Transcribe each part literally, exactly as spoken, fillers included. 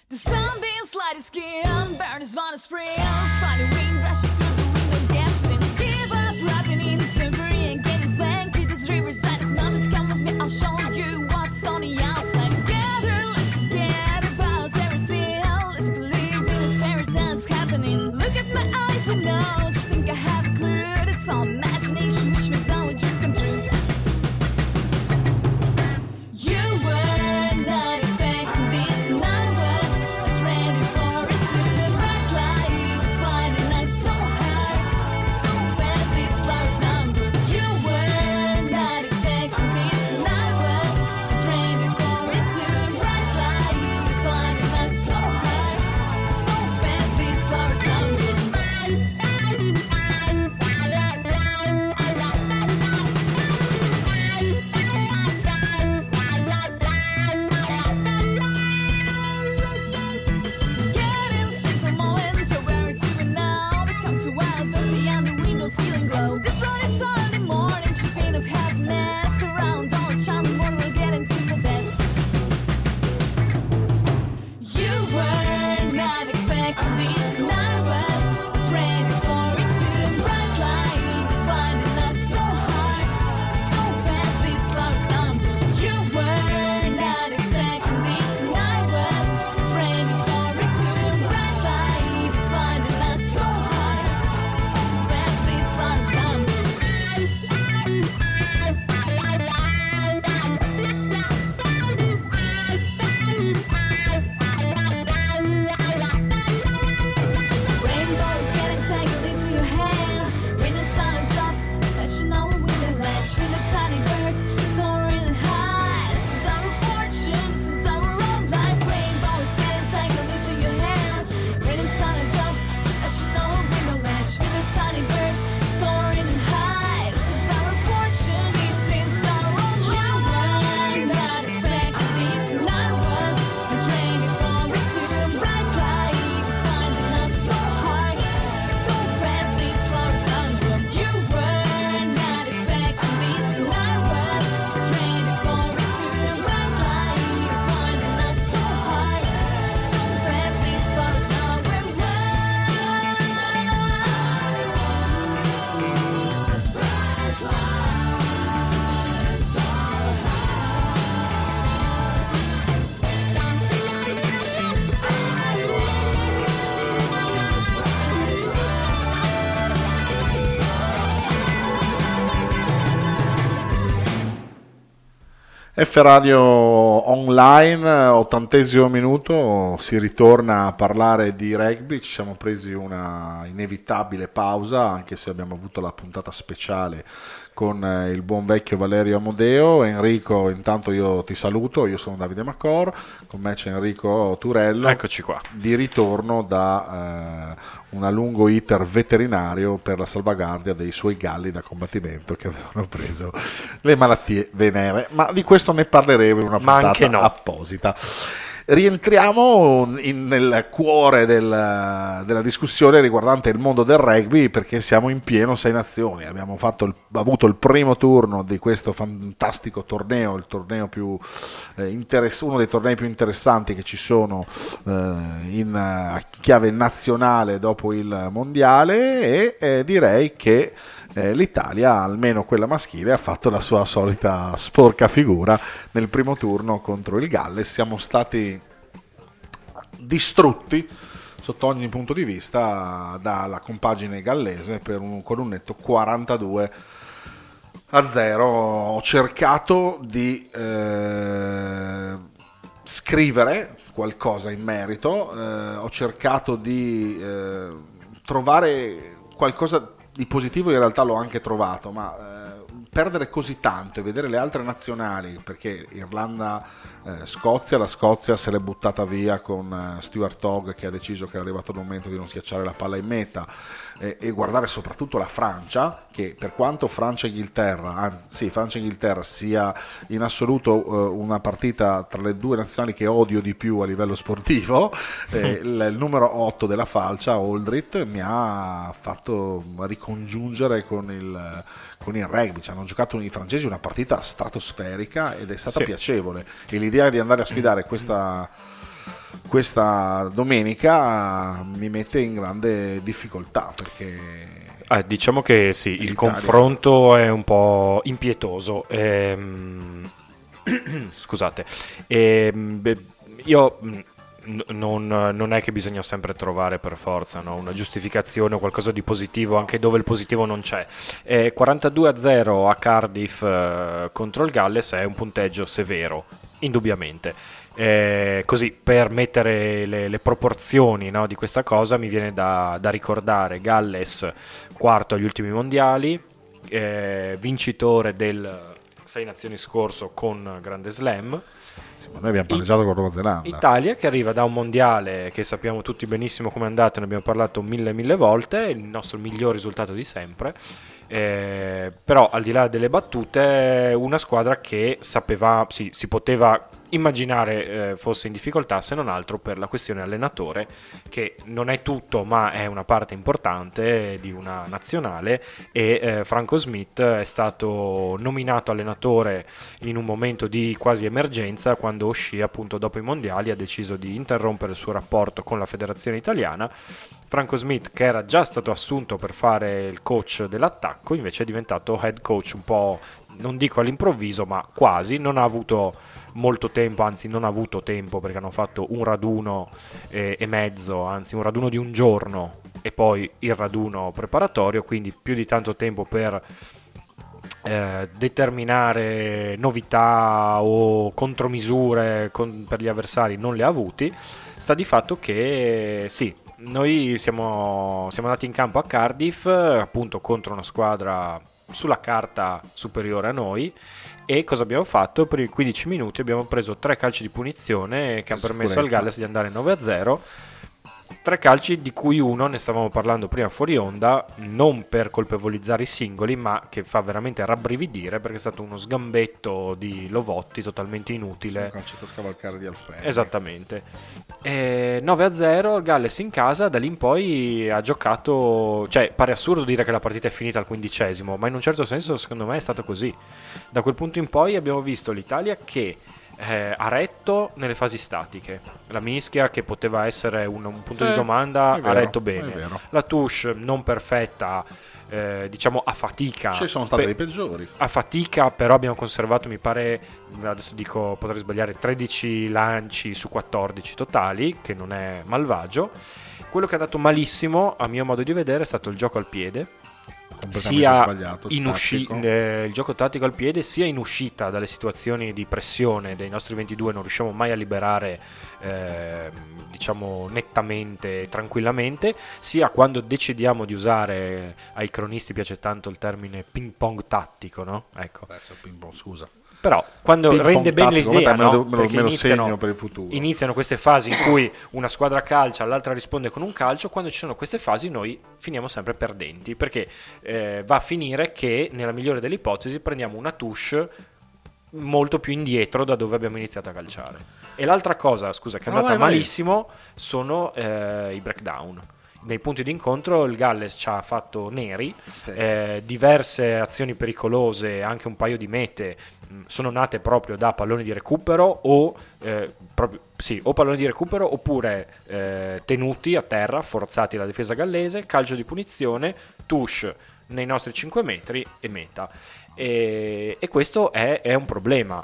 The sunbeams light his skin, burns on his springs, finding wind rushes through the window, gasping. Give up, rapping in temporary and get it blank. Hit this riverside, it's nothing to come with me. I'll show you what's on the outside. Together, let's forget about everything. Let's believe in this fairy tale that's happening. Look at my eyes and know, just think I have a clue. It's all imagination, which makes our dreams come true. You were not expecting this numbers, but ready for it to bright lights, blinding us so high, so fast these stars number. You were not expecting this numbers, but ready for it to bright lights, blinding us so high, so fast these stars number. Getting sick from all ends, so where to and now. We come to wild, best beyond the window, feeling glow. This bright Sunday morning, champagne of happiness around all its charming world. We'll get into the best. You were not expecting these nervous, but ready for it to bright lights, blinding us so high, so fast these stars number. You were not expecting these nervous, but ready for it to bright lights, blinding us so high, so fast these stars number. Rainbows getting tangled into your hair, raining sound of drops, splashing on the window ledge. Feel of tiny birds soaring high. This is our fortune, this is our own life. Rainbows getting tangled into your hair, raining sound of drops, splashing on the window ledge. Feel of tiny birds soaring high. This is our fortune, this is our own life. You were not expecting these numbers, but ready for it to bright lights, blinding us so hard, so fast these stars number. You were not expecting these numbers, but ready for it to bright lights, blinding us so hard, so fast these stars number. F Radio Online, ottantesimo minuto, si ritorna a parlare di rugby. Ci siamo presi una inevitabile pausa, anche se abbiamo avuto la puntata speciale con eh, il buon vecchio Valerio Amodeo. Enrico, intanto io ti saluto, io sono Davide Macor, con me c'è Enrico Turello. Eccoci qua. Di ritorno da eh, un lungo iter veterinario per la salvaguardia dei suoi galli da combattimento che avevano preso le malattie venere, ma di questo ne parleremo in una Ma puntata anche no. apposita. Rientriamo in- nel cuore del- della discussione riguardante il mondo del rugby, perché siamo in pieno Sei Nazioni. Abbiamo fatto il- avuto il primo turno di questo fantastico torneo, il torneo più eh, interess- uno dei tornei più interessanti che ci sono eh, in eh, chiave nazionale dopo il mondiale, e eh, direi che eh, l'Italia, almeno quella maschile, ha fatto la sua solita sporca figura nel primo turno contro il Galles. Siamo stati distrutti sotto ogni punto di vista dalla compagine gallese per un, con un netto quarantadue a zero. Ho cercato di eh, scrivere qualcosa in merito, eh, ho cercato di eh, trovare qualcosa di positivo, in realtà l'ho anche trovato, ma eh, perdere così tanto e vedere le altre nazionali, perché Irlanda, eh, Scozia, la Scozia se l'è buttata via con eh, Stuart Hogg, che ha deciso che era arrivato il momento di non schiacciare la palla in meta, eh, e guardare soprattutto la Francia, che per quanto Francia e Inghilterra, anzi sì, Francia e Inghilterra sia in assoluto eh, una partita tra le due nazionali che odio di più a livello sportivo, eh, il, il numero otto della falcia, Aldrit, mi ha fatto ricongiungere con il, con il rugby. Ci hanno giocato i francesi una partita stratosferica ed è stata Sì. piacevole, e l'idea di andare a sfidare questa questa domenica mi mette in grande difficoltà, perché Eh, diciamo che sì, il l'Italia- confronto è un po' impietoso. Ehm, Scusate, Ehm, beh, io mh, n- non, non è che bisogna sempre trovare per forza, no, una giustificazione o qualcosa di positivo anche dove il positivo non c'è. Eh, quarantadue a zero a Cardiff eh, contro il Galles è un punteggio severo, indubbiamente. Eh, così per mettere le, le proporzioni, no, di questa cosa mi viene da, da ricordare Galles quarto agli ultimi mondiali, eh, vincitore del Sei Nazioni scorso con Grande Slam. sì, ma noi abbiamo pareggiato con Nuova Zelanda. Italia che arriva da un mondiale che sappiamo tutti benissimo come è andato, ne abbiamo parlato mille mille volte, il nostro miglior risultato di sempre. Eh, però al di là delle battute, una squadra che sapeva, sì, si poteva immaginare eh, fosse in difficoltà, se non altro per la questione allenatore, che non è tutto ma è una parte importante di una nazionale, e eh, Franco Smith è stato nominato allenatore in un momento di quasi emergenza, quando uscì appunto dopo i mondiali, ha deciso di interrompere il suo rapporto con la federazione italiana. Franco Smith, che era già stato assunto per fare il coach dell'attacco, invece è diventato head coach un po', non dico all'improvviso, ma quasi. Non ha avuto molto tempo, anzi non ha avuto tempo, perché hanno fatto un raduno eh, e mezzo, anzi un raduno di un giorno e poi il raduno preparatorio, quindi più di tanto tempo per eh, determinare novità o contromisure con, per gli avversari non le ha avuti. Sta di fatto che sì, noi siamo, siamo andati in campo a Cardiff appunto contro una squadra sulla carta superiore a noi, e cosa abbiamo fatto? Per i quindici minuti abbiamo preso tre calci di punizione che hanno permesso al Galles di andare nove a zero. Tre calci di cui uno, ne stavamo parlando prima fuori onda, non per colpevolizzare i singoli, ma che fa veramente rabbrividire, perché è stato uno sgambetto di Lovotti totalmente inutile. Un calcio da scavalcare di Alfredo. Esattamente. E nove a zero il Galles in casa, da lì in poi ha giocato, cioè pare assurdo dire che la partita è finita al quindicesimo, ma in un certo senso secondo me è stato così. Da quel punto in poi abbiamo visto l'Italia che eh, ha retto nelle fasi statiche, la mischia che poteva essere un, un punto Sì, di domanda è vero, ha retto è bene, vero. la touche non perfetta, eh, diciamo a fatica, Ci sono stati Pe- dei peggiori. a fatica, però abbiamo conservato, mi pare, adesso dico, potrei sbagliare, tredici lanci su quattordici totali, che non è malvagio. Quello che è andato malissimo, a mio modo di vedere, è stato il gioco al piede, Completamente sia sbagliato, in usci- tattico. eh, il gioco tattico al piede, sia in uscita dalle situazioni di pressione dei nostri ventidue. Non riusciamo mai a liberare eh, diciamo nettamente, tranquillamente, sia quando decidiamo di usare, ai cronisti piace tanto il termine ping pong tattico, no? Ecco. Adesso ping pong, scusa. Però quando Ping pong rende bene tattico, l'idea, me lo- no? me lo- Perché me lo iniziano, segno per il futuro. iniziano queste fasi in cui una squadra calcia, l'altra risponde con un calcio. Quando ci sono queste fasi noi finiamo sempre perdenti, perché eh, va a finire che nella migliore delle ipotesi prendiamo una touche molto più indietro da dove abbiamo iniziato a calciare. E l'altra cosa, scusa, che è No, andata vai, vai. malissimo sono eh, i breakdown. Nei punti d'incontro il Galles ci ha fatto neri, Sì. eh, diverse azioni pericolose, anche un paio di mete mh, sono nate proprio da palloni di recupero o, eh, proprio, sì, o palloni di recupero oppure eh, tenuti a terra, forzati dalla difesa gallese, calcio di punizione, touche nei nostri cinque metri e meta. E, e questo è, è un problema.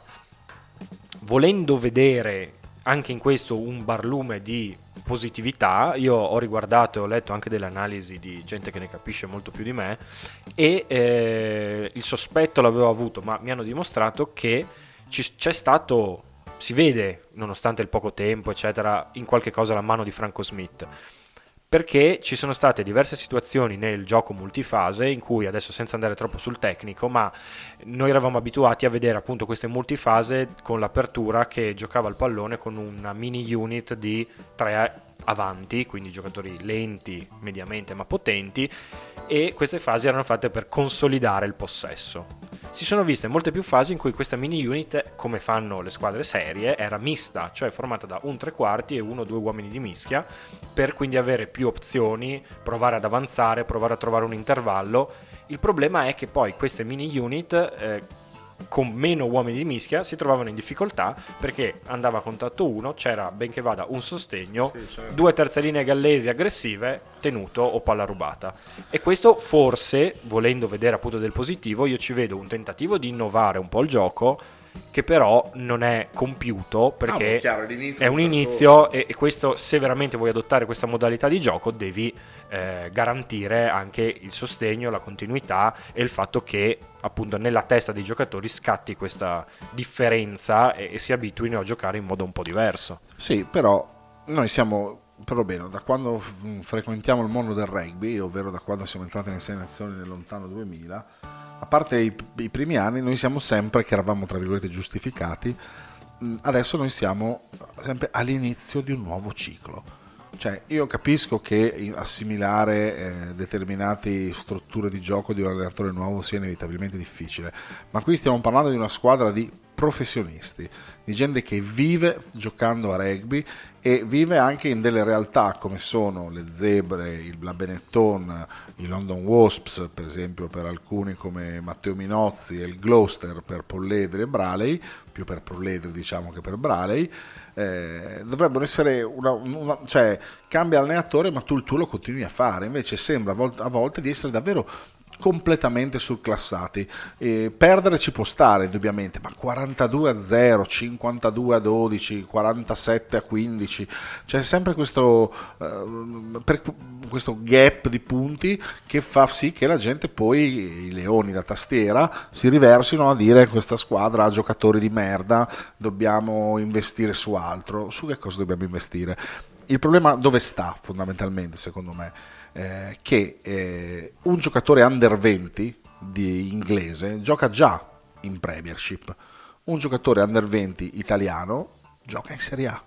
Volendo vedere anche in questo un barlume di positività, io ho riguardato e ho letto anche delle analisi di gente che ne capisce molto più di me, e eh, il sospetto l'avevo avuto, ma mi hanno dimostrato che ci, c'è stato, si vede nonostante il poco tempo eccetera, in qualche cosa la mano di Franco Smith, perché ci sono state diverse situazioni nel gioco multifase in cui, adesso senza andare troppo sul tecnico, ma noi eravamo abituati a vedere appunto queste multifase con l'apertura che giocava il pallone con una mini unit di tre avanti, quindi giocatori lenti mediamente ma potenti, e queste fasi erano fatte per consolidare il possesso. Si sono viste molte più fasi in cui questa mini unit, come fanno le squadre serie, era mista, cioè formata da un tre quarti e uno o due uomini di mischia, per quindi avere più opzioni, provare ad avanzare, provare a trovare un intervallo. Il problema è che poi queste mini unit eh, con meno uomini di mischia si trovavano in difficoltà perché andava a contatto uno, c'era benché vada un sostegno, Sì, sì, certo. due terze linee gallesi aggressive, tenuto o palla rubata. E questo forse, volendo vedere appunto del positivo, io ci vedo un tentativo di innovare un po' il gioco, che però non è compiuto perché Ah, beh, chiaro, è l'inizio è un del inizio percorso. e, e questo, se veramente vuoi adottare questa modalità di gioco, devi eh, garantire anche il sostegno, la continuità e il fatto che appunto nella testa dei giocatori scatti questa differenza e, e si abituino a giocare in modo un po' diverso. Sì, però noi siamo, perlomeno da quando f- frequentiamo il mondo del rugby, ovvero da quando siamo entrati nelle sei nazioni nel lontano duemila, a parte i, i primi anni, noi siamo sempre, che eravamo tra virgolette giustificati, mh, adesso noi siamo sempre all'inizio di un nuovo ciclo. Cioè, io capisco che assimilare eh, determinate strutture di gioco di un allenatore nuovo sia inevitabilmente difficile, ma qui stiamo parlando di una squadra di professionisti, di gente che vive giocando a rugby e vive anche in delle realtà come sono le Zebre, il, la Benetton, i London Wasps per esempio per alcuni come Matteo Minozzi e il Gloucester per Polledri e Braley, più per Polledri diciamo che per Braley. Eh, dovrebbero essere una, una, cioè cambia allenatore ma tu il tuo lo continui a fare, invece sembra a volte, a volte di essere davvero completamente surclassati. Eh, perdere ci può stare indubbiamente, ma quarantadue a zero, cinquantadue a dodici, quarantasette a quindici, c'è sempre questo, eh, per, questo gap di punti che fa sì che la gente poi, i leoni da tastiera, si riversino a dire questa squadra ha giocatori di merda, dobbiamo investire su altro. Su che cosa dobbiamo investire? Il problema dove sta fondamentalmente secondo me? Eh, che eh, un giocatore under venti di inglese gioca già in Premiership, un giocatore under venti italiano gioca in Serie A,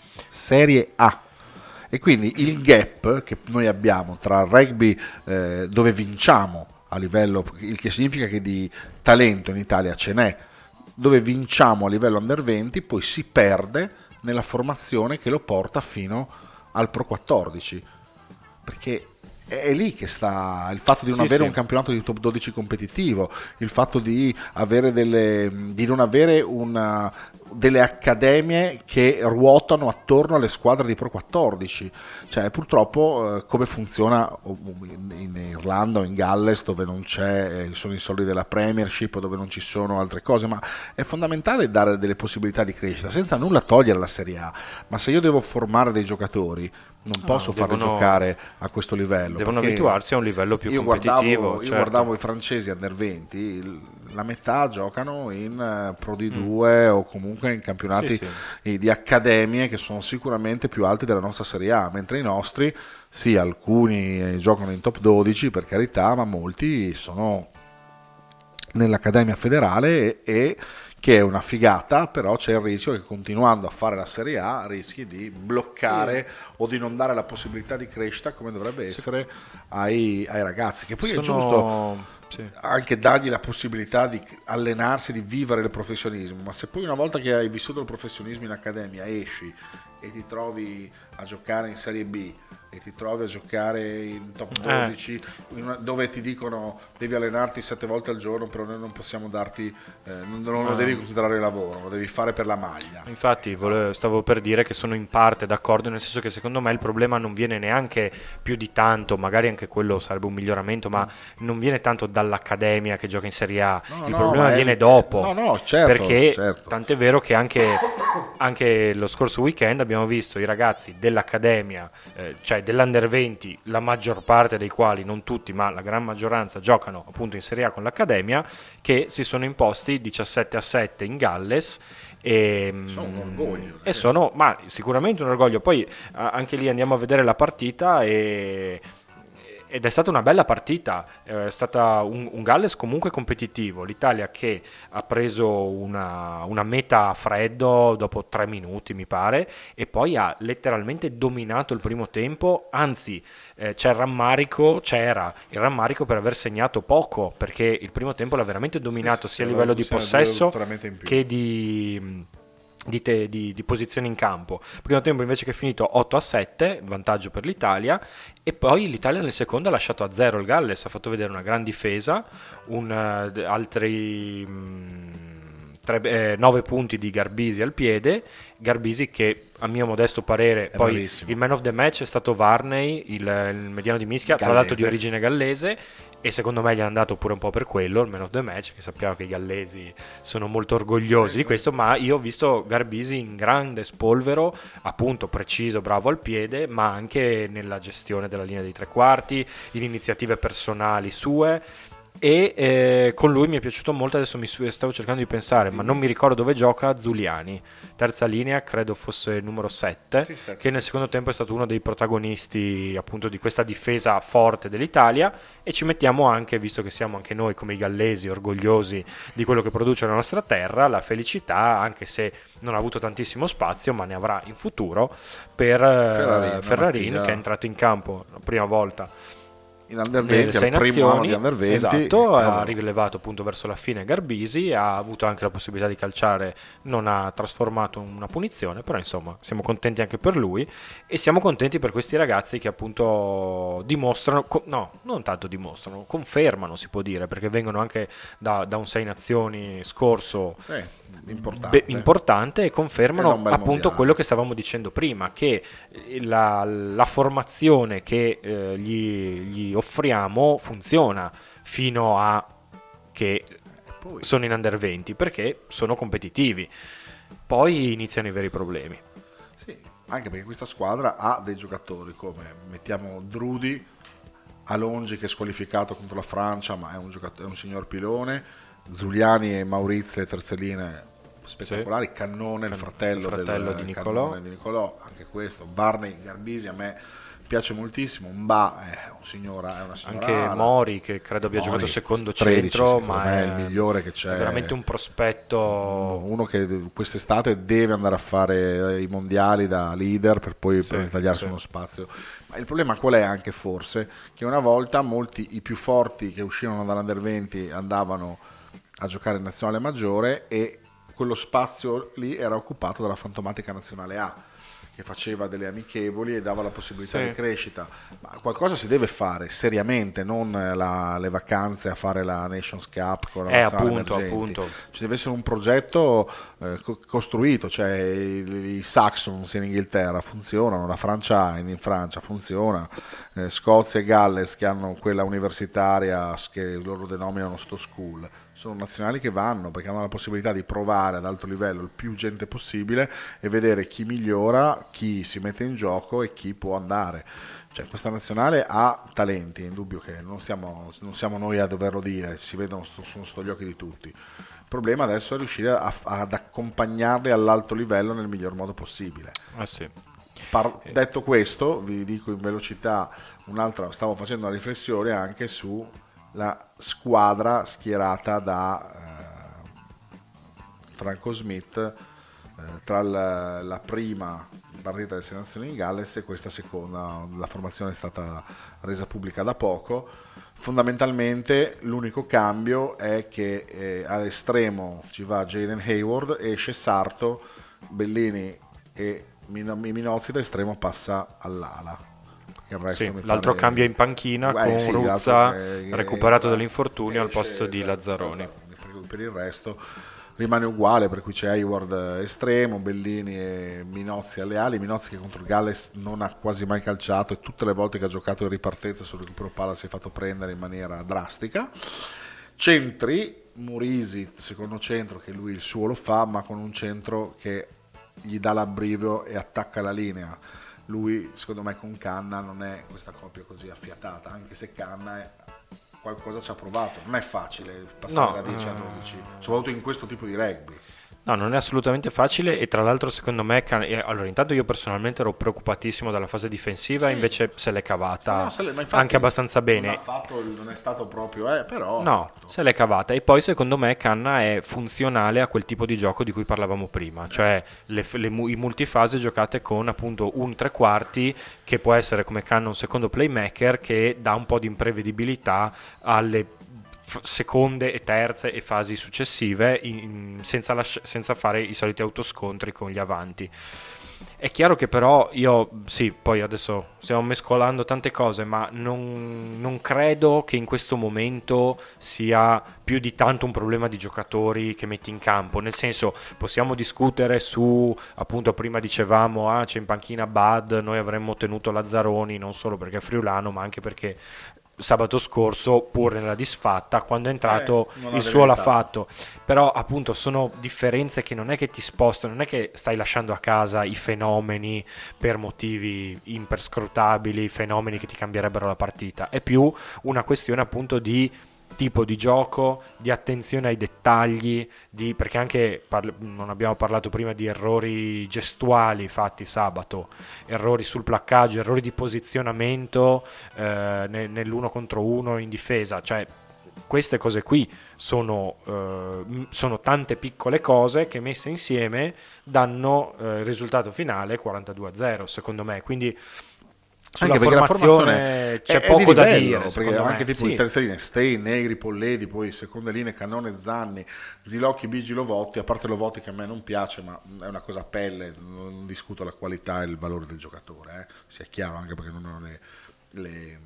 Serie A, e quindi il gap che noi abbiamo tra il rugby eh, dove vinciamo a livello, il che significa che di talento in Italia ce n'è, dove vinciamo a livello under venti, poi si perde nella formazione che lo porta fino al Pro quattordici, perché è lì che sta il fatto di non Sì, avere sì. un campionato di top dodici competitivo, il fatto di avere delle di non avere una, delle accademie che ruotano attorno alle squadre di Pro quattordici. Cioè purtroppo eh, come funziona in, in Irlanda o in Galles, dove non c'è eh, sono i soldi della Premiership, dove non ci sono altre cose, ma è fondamentale dare delle possibilità di crescita senza nulla togliere alla Serie A. Ma se io devo formare dei giocatori non posso farli devono- giocare a questo livello, devono perché abituarsi a un livello più io competitivo, guardavo, io certo. guardavo i francesi under venti, il- la metà giocano in eh, Pro D due o comunque in campionati Sì, eh, di accademie che sono sicuramente più alti della nostra Serie A, mentre i nostri, sì, alcuni eh, giocano in top dodici per carità, ma molti sono nell'Accademia Federale e, e che è una figata, però c'è il rischio che continuando a fare la Serie A rischi di bloccare o di non dare la possibilità di crescita come dovrebbe essere ai, ai ragazzi, che poi Sono- è giusto sì. anche dargli la possibilità di allenarsi, di vivere il professionismo, ma se poi una volta che hai vissuto il professionismo in accademia esci e ti trovi a giocare in Serie B e ti trovi a giocare in top dodici in una- dove ti dicono devi allenarti sette volte al giorno, però noi non possiamo darti eh, non, non lo Ah. devi considerare lavoro, lo devi fare per la maglia. Infatti volevo- stavo per dire che sono in parte d'accordo, nel senso che secondo me il problema non viene neanche più di tanto, magari anche quello sarebbe un miglioramento, ma non viene tanto dall'accademia che gioca in Serie A, No, il no, problema ma è- viene dopo, no, no, certo, perché certo. tant'è vero che anche, anche lo scorso weekend abbiamo visto i ragazzi dell'accademia, eh, cioè dell'Under venti, la maggior parte dei quali, non tutti, ma la gran maggioranza giocano appunto in Serie A con l'Accademia, che si sono imposti diciassette a sette in Galles. E, Sono un orgoglio, e sono, ma sicuramente un orgoglio. Poi a- anche lì andiamo a vedere la partita e ed è stata una bella partita, è stata un, un Galles comunque competitivo, l'Italia che ha preso una, una meta a freddo dopo tre minuti mi pare e poi ha letteralmente dominato il primo tempo, anzi eh, c'è il rammarico, c'era il rammarico per aver segnato poco, perché il primo tempo l'ha veramente dominato Sì, sì, sia a sì, livello di possiamo dire possesso letteralmente in più. che di di, te, di, di posizioni in campo. Primo tempo invece che è finito otto a sette, vantaggio per l'Italia, e poi l'Italia nel secondo ha lasciato a zero il Galles, ha fatto vedere una gran difesa, un, uh, altri nove punti di Garbisi al piede, Garbisi che a mio modesto parere, è poi bravissimo. il man of the match è stato Varney, il, il mediano di Mischia, Gallese. tra l'altro di origine gallese, e secondo me gli è andato pure un po' per quello il man of the match, che sappiamo che i gallesi sono molto orgogliosi Sì, di sì. questo, ma io ho visto Garbisi in grande spolvero, appunto preciso, bravo al piede, ma anche nella gestione della linea dei tre quarti, in iniziative personali sue, e eh, con lui mi è piaciuto molto. Adesso mi su- stavo cercando di pensare, ma non mi ricordo dove gioca. Zuliani, terza linea, credo fosse il numero sette, Sì, sette, che nel sì. secondo tempo è stato uno dei protagonisti appunto di questa difesa forte dell'Italia. E ci mettiamo anche, visto che siamo anche noi come i gallesi orgogliosi di quello che produce la nostra terra, la felicità, anche se non ha avuto tantissimo spazio, ma ne avrà in futuro, per eh, Ferrarin, Ferrarin, Mattia. che è entrato in campo la prima volta In Under nelle venti, sei al primo anno nazioni, di Under venti, esatto, ha cavolo. rilevato appunto verso la fine Garbisi, ha avuto anche la possibilità di calciare, non ha trasformato una punizione, però insomma siamo contenti anche per lui, e siamo contenti per questi ragazzi che appunto dimostrano, co- no, non tanto dimostrano, confermano si può dire, perché vengono anche da, da un sei nazioni scorso Sì, importante. be- importante, e E da confermano un bel appunto mondiale. quello che stavamo dicendo prima, che la, la formazione che eh, gli, gli offriamo funziona fino a che E poi, sono in under venti, perché sono competitivi, poi iniziano i veri problemi. sì, anche perché questa squadra ha dei giocatori come, mettiamo Drudi, Alongi che è squalificato contro la Francia, ma è un, giocatore, è un signor pilone, Zuliani e Maurizio, terze linee spettacolari, Sì. Cannone, il Can- fratello, il fratello del, di Nicolò. Cannone di Nicolò, anche questo, Varney, Garbisi, a me piace moltissimo, Mba è un signora, è una signora Anche ala. Mori, che credo abbia Mori, giocato secondo tredici, centro, secondo ma me è, è il migliore che c'è. è veramente un prospetto. Uno che quest'estate deve andare a fare i mondiali da leader per poi Sì, per ritagliarsi sì. uno spazio. Ma il problema qual è anche forse? Che una volta molti i più forti che uscivano dall'Under venti andavano a giocare in nazionale maggiore e quello spazio lì era occupato dalla fantomatica nazionale A, che faceva delle amichevoli e dava la possibilità Sì. di crescita. Ma qualcosa si deve fare seriamente, non la- le vacanze a fare la Nations Cup con la Eh, nazionale appunto, emergenti. appunto. Ci deve essere un progetto eh, co- costruito, cioè i, i Saxons in Inghilterra funzionano, la Francia in, in Francia funziona, eh, Scozia e Galles che hanno quella universitaria che loro denominano sto school, sono nazionali che vanno perché hanno la possibilità di provare ad alto livello il più gente possibile e vedere chi migliora, chi si mette in gioco e chi può andare. Cioè, questa nazionale ha talenti, è indubbio che non siamo, non siamo noi a doverlo dire, si vedono, sto- sono sotto gli occhi di tutti. Il problema adesso è riuscire a- ad accompagnarli all'alto livello nel miglior modo possibile. Ah, sì. Par- detto questo, vi dico in velocità un'altra, stavo facendo una riflessione anche su la squadra schierata da eh, Franco Smith eh, tra la, la prima partita delle sei nazioni in Galles e questa seconda. La formazione è stata resa pubblica da poco. Fondamentalmente l'unico cambio è che eh, all'estremo ci va Jaden Hayward, esce Sarto, Bellini e Min- Minozzi, da estremo passa all'ala. Il resto Sì, mi l'altro pare- cambio in panchina Eh, con sì, Ruzza l'altro che- che recuperato entra, dall'infortunio al esce, posto di per- Lazzaroni. Per, per il resto rimane uguale, per cui c'è Hayward estremo, Bellini e Minozzi alle ali. Minozzi che contro il Galles non ha quasi mai calciato e tutte le volte che ha giocato in ripartenza sul recupero palla si è fatto prendere in maniera drastica. Centri, Murisi, secondo centro, che lui il suo lo fa, ma con un centro che gli dà l'abbrivio e attacca la linea. Lui, secondo me, con Canna non è questa coppia così affiatata, anche se Canna è, qualcosa ci ha provato. Non è facile passare No, da dieci a eh. dodici, soprattutto in questo tipo di rugby. No, non è assolutamente facile, e tra l'altro secondo me Can- eh, allora intanto io personalmente ero preoccupatissimo dalla fase difensiva, Sì. invece se l'è cavata No, se le- ma infatti anche abbastanza bene. Non, ha fatto, non è stato proprio, eh, però ha No, fatto. se l'è cavata. E poi secondo me Canna è funzionale a quel tipo di gioco di cui parlavamo prima, cioè le, f- le mu- i multifase giocate con appunto un tre quarti che può essere come Canna un secondo playmaker che dà un po' di imprevedibilità alle f- seconde e terze e fasi successive in, in, senza, lasci- senza fare i soliti autoscontri con gli avanti. È chiaro che però io, sì, poi adesso stiamo mescolando tante cose, ma non, non credo che in questo momento sia più di tanto un problema di giocatori che metti in campo, nel senso, possiamo discutere su, appunto prima dicevamo, ah, c'è in panchina Bad, noi avremmo tenuto Lazzaroni non solo perché è friulano, ma anche perché sabato scorso, pur nella disfatta, quando è entrato eh, il suo l'ha fatto. Però appunto sono differenze che non è che ti spostano, non è che stai lasciando a casa i fenomeni per motivi imperscrutabili, fenomeni che ti cambierebbero la partita, è più una questione appunto di tipo di gioco, di attenzione ai dettagli, di, perché anche parli, non abbiamo parlato prima di errori gestuali fatti sabato, errori sul placcaggio, errori di posizionamento eh, nell'uno contro uno in difesa, cioè queste cose qui sono, eh, sono tante piccole cose che messe insieme danno eh, il risultato finale quarantadue a zero secondo me, quindi sulla anche formazione, la formazione c'è è, poco è di da livello, dire perché anche me. tipo Sì. in terze linee Stein, Negri, Polledi, poi seconde linee Cannone, Zanni, Zilocchi, Bigi, Lovotti, a parte Lovotti che a me non piace, ma è una cosa a pelle, non discuto la qualità e il valore del giocatore, eh. sia chiaro, anche perché non ho le, le,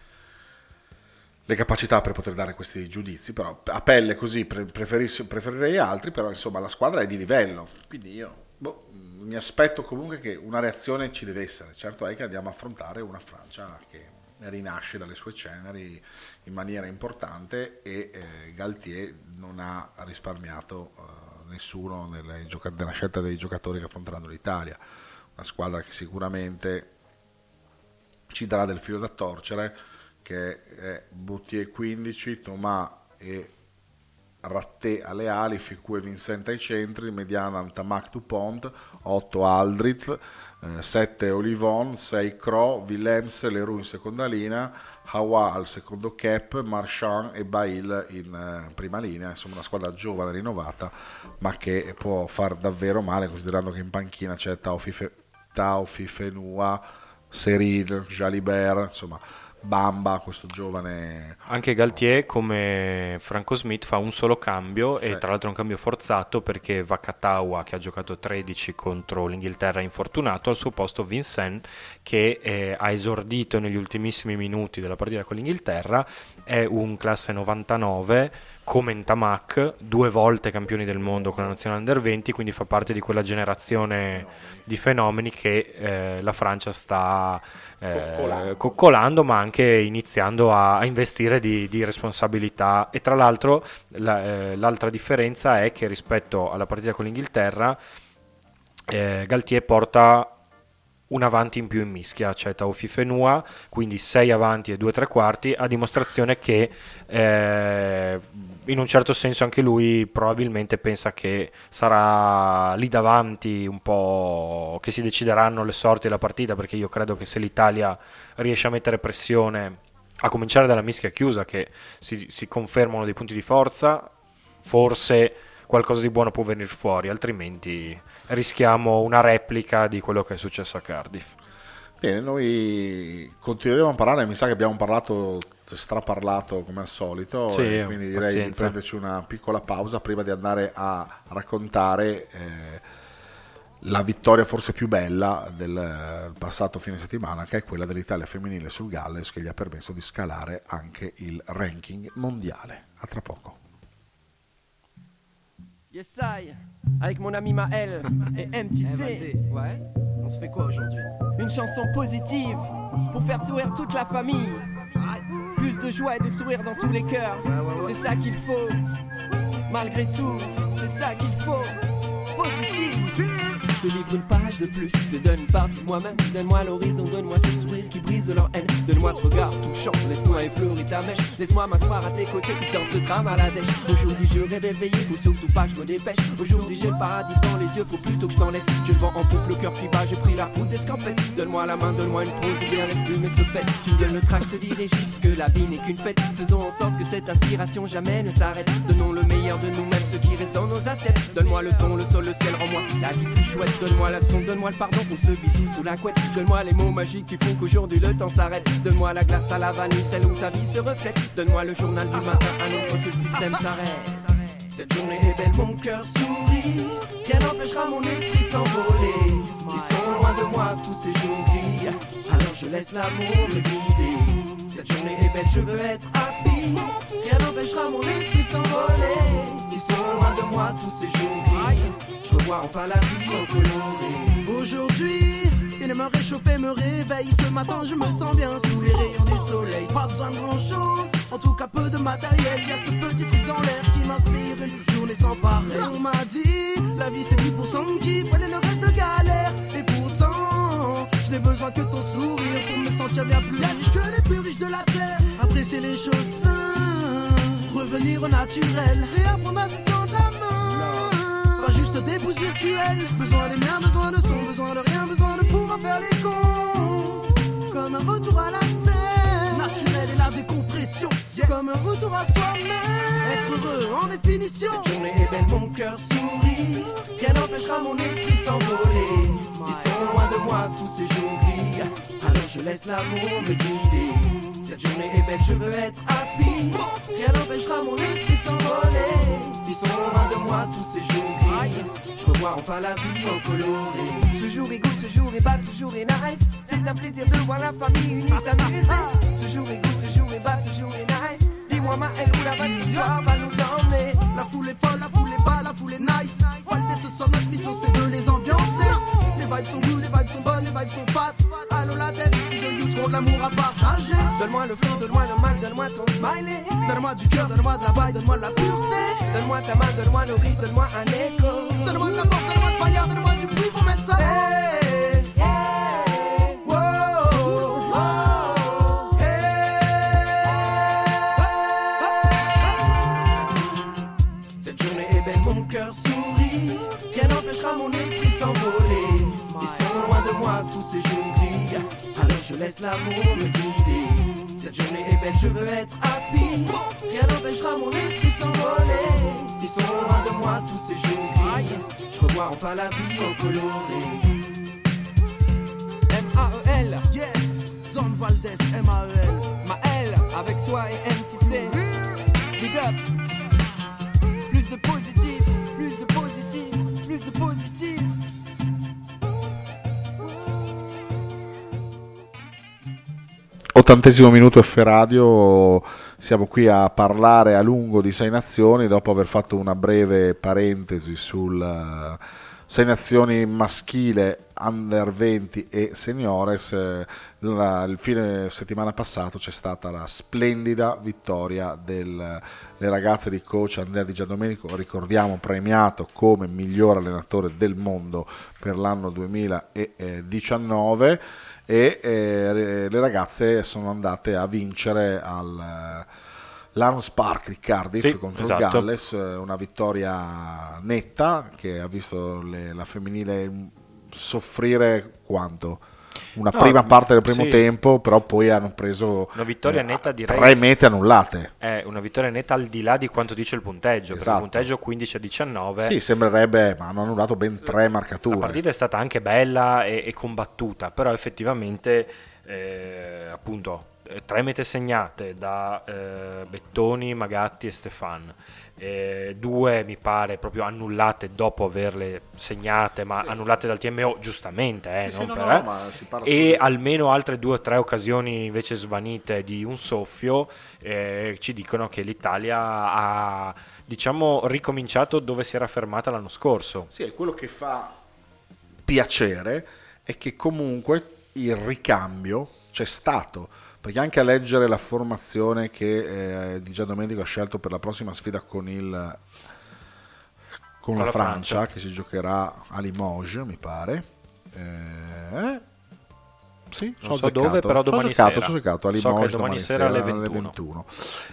le capacità per poter dare questi giudizi, però a pelle così pre- preferirei altri, però insomma la squadra è di livello, quindi io boh, mi aspetto comunque che una reazione ci deve essere. Certo è che andiamo a affrontare una Francia che rinasce dalle sue ceneri in maniera importante e eh, Galtier non ha risparmiato eh, nessuno nelle gioca- nella scelta dei giocatori che affronteranno l'Italia, una squadra che sicuramente ci darà del filo da torcere, che è Boutier quindici, Thomas e Ratté alle ali, Ficou e Vincent ai centri, mediana Tamac Dupont, otto Aldrit, eh, sette Olivon, sei Cro, Willems, Leroux in seconda linea, Hawa al secondo cap, Marchand e Bail in eh, prima linea, insomma una squadra giovane, rinnovata, ma che può far davvero male, considerando che in panchina c'è Taufi, Fe- Taufi Fenua, Seril, Jalibert, insomma Bamba, questo giovane. Anche Galtier, come Franco Smith, fa un solo cambio, sì. E tra l'altro un cambio forzato, perché Vakatawa, che ha giocato tredici contro l'Inghilterra, infortunato, al suo posto Vincent, che eh, ha esordito negli ultimissimi minuti della partita con l'Inghilterra, è un classe novantanove come Ntamak, due volte campioni del mondo con la nazionale under venti, quindi fa parte di quella generazione di fenomeni che eh, la Francia sta eh, coccolando. coccolando, ma anche iniziando a, a investire di, di responsabilità. E tra l'altro la, eh, l'altra differenza è che rispetto alla partita con l'Inghilterra eh, Galtier porta un avanti in più in mischia, cioè Taufi Fenua, quindi sei avanti e due tre quarti, a dimostrazione che eh, in un certo senso anche lui probabilmente pensa che sarà lì davanti un po' che si decideranno le sorti della partita, perché io credo che se l'Italia riesce a mettere pressione, a cominciare dalla mischia chiusa, che si, si confermano dei punti di forza, forse qualcosa di buono può venire fuori, altrimenti rischiamo una replica di quello che è successo a Cardiff. Bene, noi continueremo a parlare, mi sa che abbiamo parlato, straparlato come al solito, sì, quindi direi pazienza. Di prenderci una piccola pausa prima di andare a raccontare eh, la vittoria forse più bella del passato fine settimana, che è quella dell'Italia femminile sul Galles, che gli ha permesso di scalare anche il ranking mondiale. A tra poco. Yes I, avec mon ami Maël et M T C. Ouais. On se fait quoi aujourd'hui? Une chanson positive pour faire sourire toute la famille. Plus de joie et de sourire dans tous les cœurs. Ouais, ouais, ouais. C'est ça qu'il faut. Malgré tout, c'est ça qu'il faut. Positive. Je te livre une page de plus, je te donne une partie de moi-même. Donne-moi l'horizon, donne-moi ce sourire qui brise leur haine. Donne-moi ce regard touchant, laisse-moi effleurer ta mèche. Laisse-moi m'asseoir à tes côtés dans ce drame à la dèche. Aujourd'hui je rêve éveillé, faut surtout pas que je me dépêche. Aujourd'hui j'ai le paradis dans les yeux, faut plutôt que je t'en laisse. Je le vends en poupe, le cœur qui bat, j'ai pris la route d'escampette. Donne-moi la main, donne-moi une pause et bien laisse fumer ce pète. Tu me donnes le trash, je te dirai juste que la vie n'est qu'une fête. Faisons en sorte que cette aspiration jamais ne s'arrête. Donnons le meilleur de nous-mêmes, ce qui reste dans nos assiettes. Donne-moi le ton, le sol, le ciel, rends-moi la vie plus chouette. Donne-moi la leçon, donne-moi le pardon ou ce bisou sous la couette. Donne-moi les mots magiques qui font qu'aujourd'hui le temps s'arrête. Donne-moi la glace à la vanille, celle où ta vie se reflète. Donne-moi le journal du matin, annonce que le système s'arrête. Cette journée est belle, mon cœur sourit. Rien n'empêchera mon esprit de s'envoler. Ils sont loin de moi tous ces jours gris. Alors je laisse l'amour me guider. Cette journée est belle, je veux être happy. Rien n'empêchera mon esprit de s'envoler. Ils sont loin de moi tous ces jours gris. Je revois enfin la vie en coloré. Aujourd'hui, il me réchauffer, me réveille. Ce matin je me sens bien sous les rayons du soleil. Pas besoin de grand chose, en tout cas peu de matériel. Y'a ce petit truc dans l'air qui m'inspire une journée sans pareil. On m'a dit, la vie c'est dix pour cent de kiff, prenez le reste de galère. Et pourtant, je n'ai besoin que ton sourire pour me sentir bien plus riche que les plus riches de la terre. Apprécier les choses simples, revenir au naturel. Et apprendre à se tendre la main, pas juste des pouces virtuels. Besoin des miens, besoin de son, besoin de rien, besoin de pouvoir faire les cons. Comme un retour à la terre, naturel et la décompression, yes. Comme un retour à soi-même, être heureux en définition. Cette journée est belle, mon cœur sourit. Rien n'empêchera mon esprit de s'envoler. Ils sont loin de moi tous ces jours gris. Alors je laisse l'amour me guider. Cette journée est belle, je veux être happy. Rien n'empêchera mon esprit de s'envoler. Ils sont loin de moi tous ces jours gris. Je revois enfin la vie en coloré. Ce jour est good, ce jour est bad, ce jour est nice. C'est un plaisir de voir la famille unie s'amuser. Ce jour est good, ce jour est bad, ce jour est nice. Dis-moi ma elle où la balle ce soir va nous emmener. La foule est folle, la foule est bas, la foule est nice. Walder ce soir, notre mission c'est de les ambiancer. Les vibes sont good, les vibes sont bonnes, les vibes sont fat. Allô la terre ici de youth, on de l'amour à partager. Donne-moi le flow, donne-moi le mal, donne-moi ton smiley. Donne-moi du cœur, donne-moi de la vibe, donne-moi de la pureté. Donne-moi ta main, donne-moi le rythme, donne-moi un écho. Donne-moi de la force, donne-moi de fire, donne-moi du bruit pour mettre ça. Hey, hey, wow, wow, hey. Cette journée est belle, mon cœur sourit. Rien n'empêchera mon esprit de s'envoler. Ils sont loin de moi tous ces jours gris. Alors je laisse l'amour me guider. Cette journée est belle, je veux être happy. Rien n'empêchera mon esprit de s'envoler. Ils sont loin de moi tous ces jours gris. Je revois enfin la vie en coloré. M A E L, Yes, Don Valdez, M A E L. ma L, avec toi et M T C. Big up. Plus de positif, plus de positif, plus de positif. Ottantesimo minuto F Radio, siamo qui a parlare a lungo di Sei Nazioni dopo aver fatto una breve parentesi sul uh, Sei Nazioni maschile, under venti e seniores. Uh, la, il fine settimana passato c'è stata la splendida vittoria delle ragazze di coach Andrea Di Giandomenico, ricordiamo premiato come miglior allenatore del mondo per l'anno duemiladiciannove. E eh, le ragazze sono andate a vincere al l'Arms Park di Cardiff, sì, contro esatto. il Galles, una vittoria netta che ha visto le, la femminile soffrire quanto? Una no, prima parte del primo sì. tempo, però poi hanno preso una vittoria eh, netta, direi, tre mete annullate. È una vittoria netta al di là di quanto dice il punteggio, esatto. perché il punteggio quindici a diciannove. Sì, sembrerebbe, ma hanno annullato ben tre marcature. La partita è stata anche bella e, e combattuta, però effettivamente eh, appunto tre mete segnate da eh, Bettoni, Magatti e Stefan. Eh, due mi pare proprio annullate dopo averle segnate, ma sì. annullate dal T M O giustamente, eh, sì, non sì, per, no, no, ma si parla e solo... almeno altre due o tre occasioni invece svanite di un soffio eh, ci dicono che l'Italia ha, diciamo, ricominciato dove si era fermata l'anno scorso. Sì, è quello che fa piacere è che comunque il ricambio c'è stato, perché anche a leggere la formazione che eh, Di Giandomenico ha scelto per la prossima sfida con il con, con la, la Francia, Francia, che si giocherà a Limoges, mi pare. Eh, sì, non so dove, però domani giocato, sera. Ci ho giocato a Limoges, so che domani, domani sera, sera alle ventuno. Alle ventuno.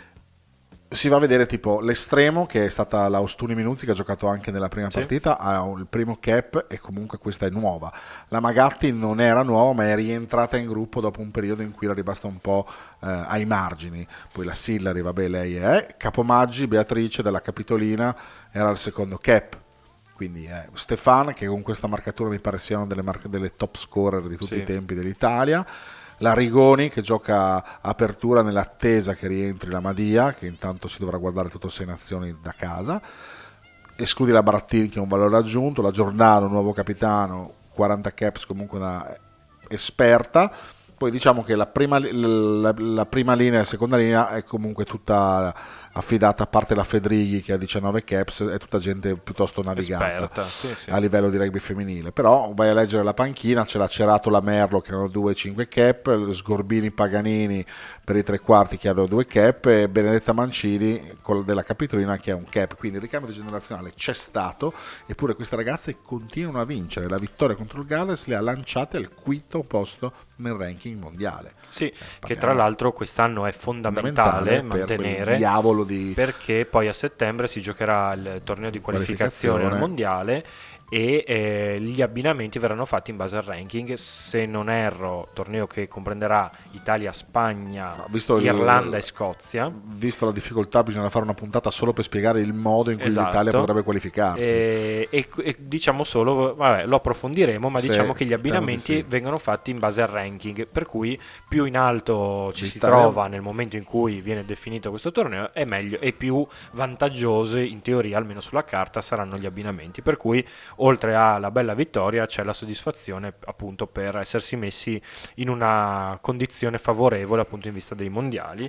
Si va a vedere tipo l'estremo, che è stata la Ostuni Minuzzi, che ha giocato anche nella prima sì. partita, ha il primo cap e comunque questa è nuova. La Magatti non era nuova, ma è rientrata in gruppo dopo un periodo in cui era rimasta un po' eh, ai margini. Poi la Sillari, vabbè, lei è Capomaggi, Beatrice della Capitolina era il secondo cap, quindi eh, Stefan, che con questa marcatura mi pare sia una delle, mar- delle top scorer di tutti Sì. i tempi dell'Italia, la Rigoni che gioca apertura nell'attesa che rientri la Madia, che intanto si dovrà guardare tutte le sei nazioni da casa, escludi la Barattini che è un valore aggiunto, la Giordano, nuovo capitano, quaranta caps, comunque una esperta. Poi diciamo che la prima, la, la prima linea e la seconda linea è comunque tutta affidata, a parte la Fedrighi che ha diciannove caps, è tutta gente piuttosto navigata Esperta, sì, sì. a livello di rugby femminile. Però vai a leggere la panchina, c'è la Cerato, la Merlo che hanno due cinque cap, Sgorbini, Paganini per i tre quarti che hanno due cap, e Benedetta Mancini con della Capitolina che ha un cap. Quindi il ricambio generazionale c'è stato, eppure queste ragazze continuano a vincere. La vittoria contro il Galles le ha lanciate al quinto posto nel ranking mondiale. Sì, Cioè, che tra l'altro quest'anno è fondamentale, fondamentale per mantenere, quel diavolo di perché poi a settembre si giocherà il torneo di qualificazione, Qualificazione. al mondiale, e eh, gli abbinamenti verranno fatti in base al ranking. Se non erro, torneo che comprenderà Italia, Spagna, No, visto il- Irlanda e Scozia. Visto la difficoltà, bisogna fare una puntata solo per spiegare il modo in cui Esatto. l'Italia potrebbe qualificarsi. E, e- e diciamo solo, vabbè, lo approfondiremo, ma Sì, diciamo che gli temo di abbinamenti sì. vengono fatti in base al ranking, per cui più in alto ci si L'Italia- trova nel momento in cui viene definito questo torneo, è meglio e più vantaggiosi, in teoria, almeno sulla carta, saranno gli abbinamenti. Per cui, oltre alla bella vittoria, c'è la soddisfazione appunto per essersi messi in una condizione favorevole appunto in vista dei mondiali.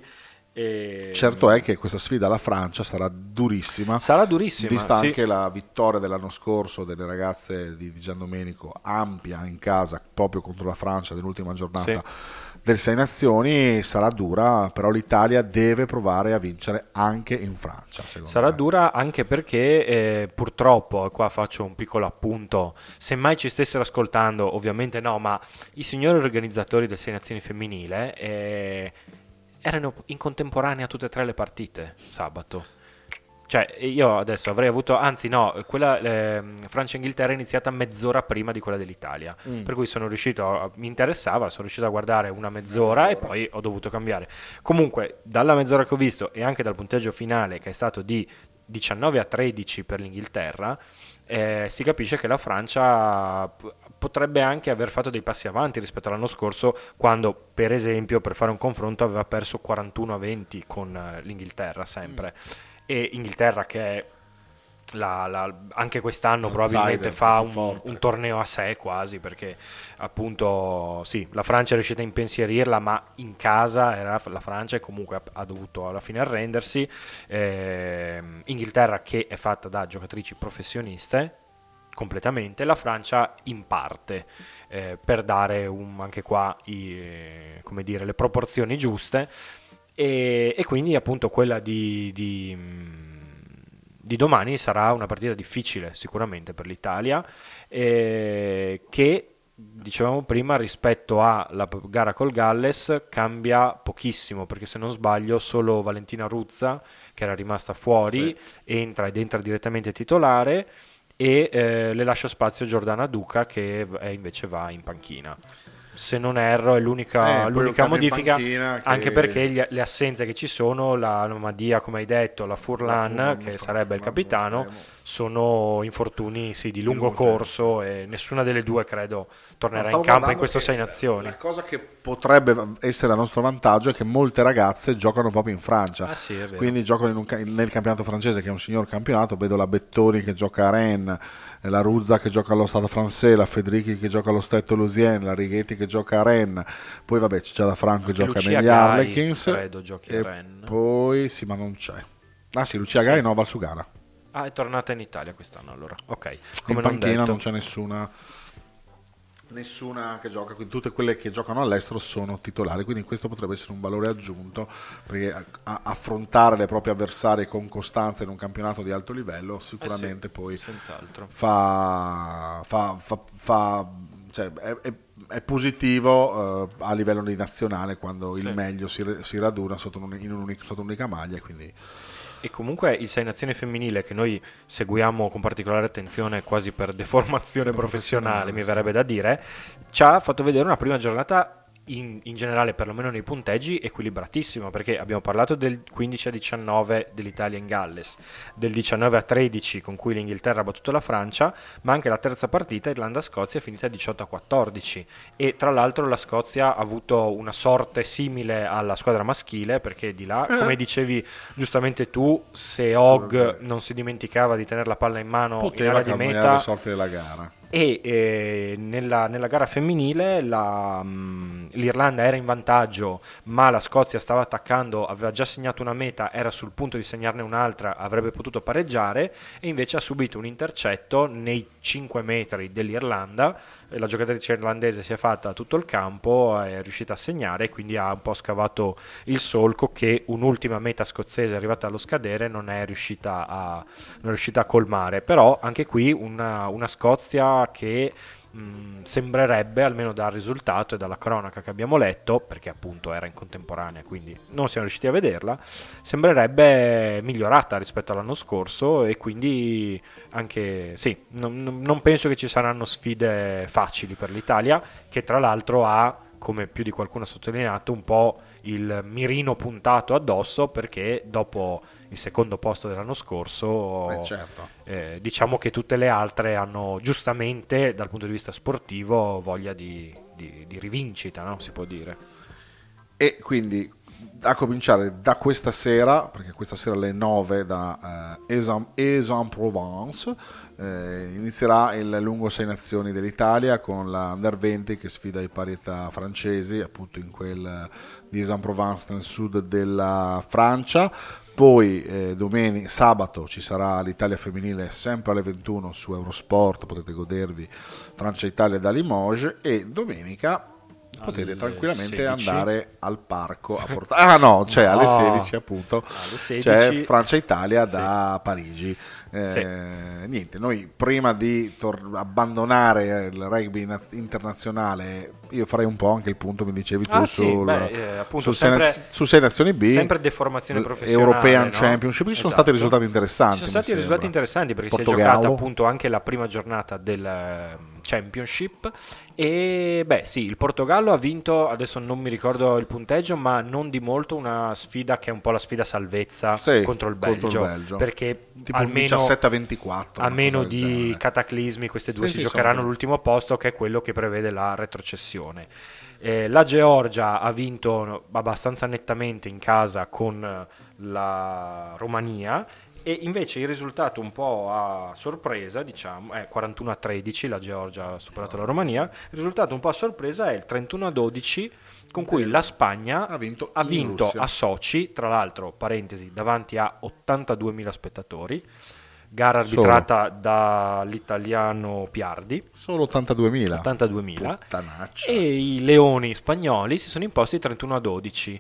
E Certo è che questa sfida alla Francia sarà durissima, sarà durissima, vista sì. anche la vittoria dell'anno scorso delle ragazze di, di Giandomenico, ampia in casa proprio contro la Francia nell'ultima giornata Sì. del Sei Nazioni. Sarà dura, però l'Italia deve provare a vincere anche in Francia, secondo Sarà me. dura anche perché eh, purtroppo, e qua faccio un piccolo appunto, se mai ci stessero ascoltando, ovviamente no, ma i signori organizzatori del Sei Nazioni femminile eh, erano in contemporanea tutte e tre le partite sabato. Cioè io adesso avrei avuto, anzi no, quella eh, Francia-Inghilterra è iniziata mezz'ora prima di quella dell'Italia, Mm. per cui sono riuscito, a- mi interessava, sono riuscito a guardare una mezz'ora e poi ho dovuto cambiare. Comunque dalla mezz'ora che ho visto e anche dal punteggio finale, che è stato di diciannove a tredici per l'Inghilterra, eh, si capisce che la Francia p- potrebbe anche aver fatto dei passi avanti rispetto all'anno scorso, quando per esempio, per fare un confronto, aveva perso quarantuno a venti con eh, l'Inghilterra sempre. E Inghilterra che è la- la- anche quest'anno Outsider, probabilmente fa più un, forte. un torneo a sé quasi, perché appunto sì, la Francia è riuscita a impensierirla, ma in casa era la Francia e comunque ha, ha dovuto alla fine arrendersi. Ehm, Inghilterra che è fatta da giocatrici professioniste completamente, la Francia in parte, eh, per dare un- anche qua i, eh, come dire, le proporzioni giuste. E, e quindi appunto quella di, di, mh, di domani sarà una partita difficile sicuramente per l'Italia, eh, che dicevamo prima rispetto alla p- gara col Galles cambia pochissimo, perché se non sbaglio solo Valentina Ruzza, che era rimasta fuori, entra ed entra direttamente titolare, e eh, le lascia spazio Giordana Duca, che v- eh, invece va in panchina. Se non erro è l'unica, Sì, poi l'unica un cambio in modifica, panchina che- anche perché gli- le assenze che ci sono, la Madia come hai detto, la Furlan, La Furlan, che la sarebbe il Furlan, capitano, estremo. sono infortuni sì, di lungo lungo tempo. corso, e nessuna delle due credo tornerà Stavo in campo in guardando questo che Sei Nazioni. La cosa che potrebbe essere a nostro vantaggio è che molte ragazze giocano proprio in Francia. Ah, sì, è vero. Quindi giocano in un ca- nel campionato francese, che è un signor campionato. Vedo la Bettoni che gioca a Rennes, eh, la Ruzza che gioca allo Stade Français, la Federichi che gioca allo Stade Toulousain, la Righetti che gioca a Rennes. Poi vabbè c'è già da Franco che Anche gioca Lucia negli Gai, Harlequins. credo giochi a E Rennes. poi sì, ma non c'è. Ah sì, Lucia Sì. Gai no, Valsugana. Ah, è tornata in Italia quest'anno allora. Ok, In come non panchina detto. non c'è nessuna nessuna che gioca, quindi tutte quelle che giocano all'estero sono titolari, quindi questo potrebbe essere un valore aggiunto, perché a- a- affrontare le proprie avversarie con costanza in un campionato di alto livello sicuramente Eh sì, poi senz'altro. fa, fa, fa, fa- cioè, è, è- è positivo eh, a livello di nazionale quando Sì. il meglio si, si raduna sotto, un- in un'unica, sotto un'unica maglia, quindi E comunque il Sei Nazioni femminile, che noi seguiamo con particolare attenzione quasi per deformazione Sì, professionale, professionale, mi sì. verrebbe da dire, ci ha fatto vedere una prima giornata in, in generale, perlomeno nei punteggi, equilibratissimo, perché abbiamo parlato del quindici a diciannove dell'Italia in Galles, del diciannove a tredici con cui l'Inghilterra ha battuto la Francia, ma anche la terza partita Irlanda-Scozia è finita diciotto a quattordici, e tra l'altro la Scozia ha avuto una sorte simile alla squadra maschile, perché di là, come dicevi giustamente tu, se Hogg non si dimenticava di tenere la palla in mano poteva in area di cambiare meta, le sorti della gara. e eh, nella, nella gara femminile la, mh, l'Irlanda era in vantaggio, ma la Scozia stava attaccando, aveva già segnato una meta, era sul punto di segnarne un'altra, avrebbe potuto pareggiare, e invece ha subito un intercetto nei cinque metri dell'Irlanda. La giocatrice irlandese si è fatta tutto il campo, è riuscita a segnare, quindi ha un po' scavato il solco che un'ultima meta scozzese arrivata allo scadere non è riuscita a, non è riuscita a colmare. Però anche qui una, una Scozia che mh, sembrerebbe, almeno dal risultato e dalla cronaca che abbiamo letto, perché appunto era in contemporanea, quindi non siamo riusciti a vederla, sembrerebbe migliorata rispetto all'anno scorso, e quindi anche sì, non, non penso che ci saranno sfide facili per l'Italia, che tra l'altro ha, come più di qualcuno ha sottolineato, un po' il mirino puntato addosso, perché dopo il secondo posto dell'anno scorso Eh, certo. eh, diciamo che tutte le altre hanno giustamente dal punto di vista sportivo voglia di, di, di rivincita, no? Si può dire. E quindi a cominciare da questa sera, perché questa sera alle nove da eh, Aix-en-Provence eh, inizierà il lungo sei nazioni dell'Italia con la Under venti che sfida i parietà francesi, appunto in quel di Aix-en-Provence nel sud della Francia. Poi eh, domenica, sabato ci sarà l'Italia femminile sempre alle ventuno su Eurosport, potete godervi Francia-Italia da Limoges, e domenica potete alle tranquillamente sedici andare al parco a portare ah no, cioè no. alle sedici appunto alle sedici. C'è Francia-Italia Sì. da Parigi. Eh, Sì. Niente, noi prima di tor- abbandonare il rugby naz- internazionale, io farei un po' anche il punto, mi dicevi tu, Ah, sì, sul, beh, eh, appunto, sul sei sempre- naz- su sei nazioni B, sempre deformazione professionale, European no? Championship, ci sono Esatto. stati risultati interessanti. Ci sono stati mi risultati sembra. interessanti, perché si è Portogallo. giocata appunto anche la prima giornata del eh, Championship, e beh sì, il Portogallo ha vinto, adesso non mi ricordo il punteggio, ma non di molto, una sfida che è un po' la sfida salvezza Sì, contro il contro Belgio, il Belgio. perché Tipo un almeno diciassette a ventiquattro, a una meno cosa del di genere. cataclismi queste due Sì, si sì, giocheranno sono- l'ultimo posto, che è quello che prevede la retrocessione. Eh, la Georgia ha vinto abbastanza nettamente in casa con eh, la Romania, e invece il risultato un po' a sorpresa, diciamo, è quarantuno a tredici, la Georgia ha superato la Romania. Il risultato un po' a sorpresa è il trentuno a dodici con cui la Spagna ha vinto, ha in vinto Russia. a Sochi, tra l'altro, parentesi, davanti a ottantaduemila spettatori, gara arbitrata dall'italiano Piardi, Solo ottantaduemila. ottantaduemila, Puttanaccia. e i leoni spagnoli si sono imposti trentuno a dodici.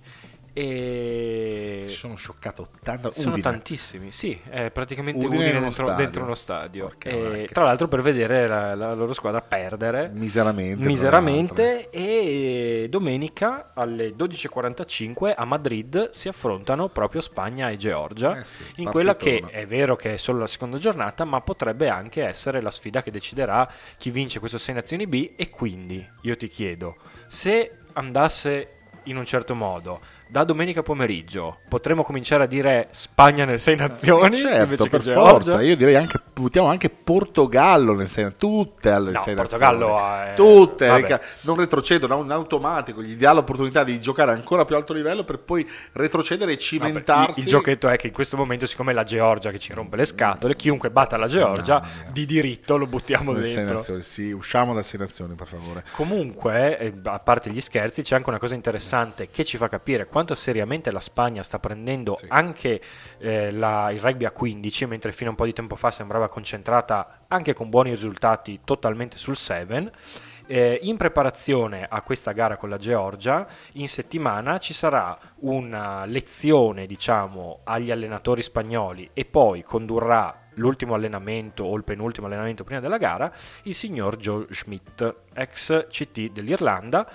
E Si sono scioccato ottanta. sono Udine. tantissimi, sì, è praticamente Udine Udine, in uno dentro, stadio. dentro uno stadio. Porca E, vacca. tra l'altro, per vedere la, la loro squadra perdere Miseramente. tra miseramente. E domenica alle dodici e quarantacinque a Madrid si affrontano proprio Spagna e Georgia, Eh sì, in quella che partitona. è vero che è solo la seconda giornata, ma potrebbe anche essere la sfida che deciderà chi vince questo sei nazioni B. E quindi io ti chiedo, se andasse in un certo modo da domenica pomeriggio, potremmo cominciare a dire Spagna nel sei nazioni Certo, invece che per Georgia? forza. Io direi anche, buttiamo anche Portogallo nel sei, tutte alle No, sei Portogallo nazioni. è- tutte, vabbè. rica- non retrocedono, in automatico gli dà l'opportunità di giocare a ancora più alto livello per poi retrocedere e Vabbè, cimentarsi. il, il giochetto è che in questo momento, siccome è la Georgia che ci rompe le scatole, chiunque batta la Georgia Mamma mia. di diritto lo buttiamo nel sei dentro. nazioni. Sì, usciamo da sei nazioni, per favore. Comunque, eh, a parte gli scherzi, c'è anche una cosa interessante che ci fa capire quanto seriamente la Spagna sta prendendo Sì. anche eh, la- il rugby a quindici, mentre fino a un po' di tempo fa sembrava concentrata, anche con buoni risultati, totalmente sul sette. Eh, in preparazione a questa gara con la Georgia, in settimana ci sarà una lezione, diciamo, agli allenatori spagnoli, e poi condurrà l'ultimo allenamento o il penultimo allenamento prima della gara il signor Joe Schmidt, ex C T dell'Irlanda,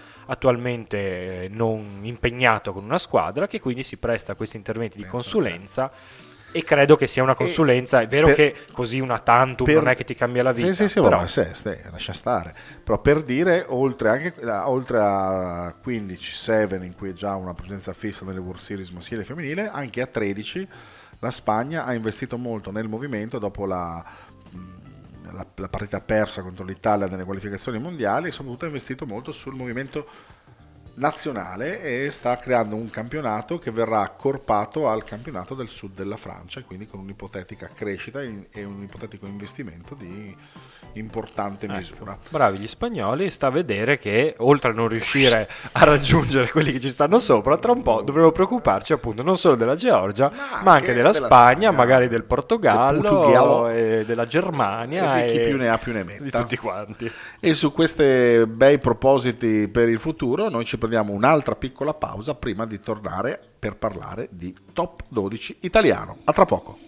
attualmente eh, non impegnato con una squadra, che quindi si presta a questi interventi di Pensa consulenza E credo che sia una consulenza, E è vero per- che così una tantum per- non è che ti cambia la vita, Sì, sì, sì, però... vabbè, se, ste, lascia stare. Però per dire, oltre, anche, oltre a quindici, sette in cui è già una presenza fissa nelle World Series maschile e femminile, anche a tredici la Spagna ha investito molto nel movimento dopo la, la, la partita persa contro l'Italia nelle qualificazioni mondiali, e soprattutto ha investito molto sul movimento nazionale e sta creando un campionato che verrà accorpato al campionato del sud della Francia, quindi con un'ipotetica crescita e un ipotetico investimento di importante Ecco, misura. bravi gli spagnoli, sta a vedere che oltre a non riuscire a raggiungere quelli che ci stanno sopra, tra un po' dovremo preoccuparci appunto non solo della Georgia, ma, Ma anche anche della, della Spagna, Spagna, magari del del Portogallo, Portogallo, e della Germania e di chi e più ne ha più ne di metta. tutti quanti. E su questi bei propositi per il futuro noi ci prendiamo un'altra piccola pausa prima di tornare per parlare di Top dodici italiano. A tra poco.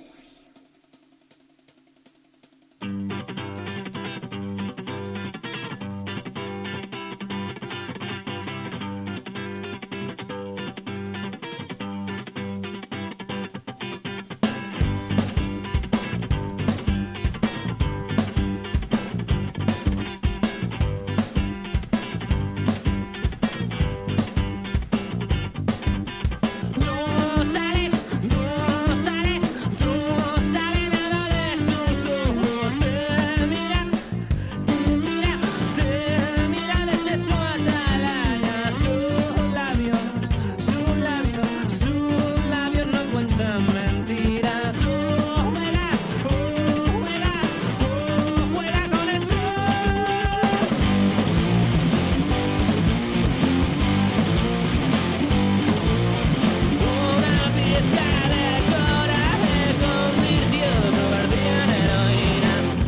No sale, no sale, no sale nada de sus ojos. Te mira, te mira, te mira desde su atalaya. Sus labios, sus labios, sus labios no cuentan mentiras. Oh, juega, oh, juega, oh, juega con el sol. Una pizca de coraje convirtió cobardía en heroína.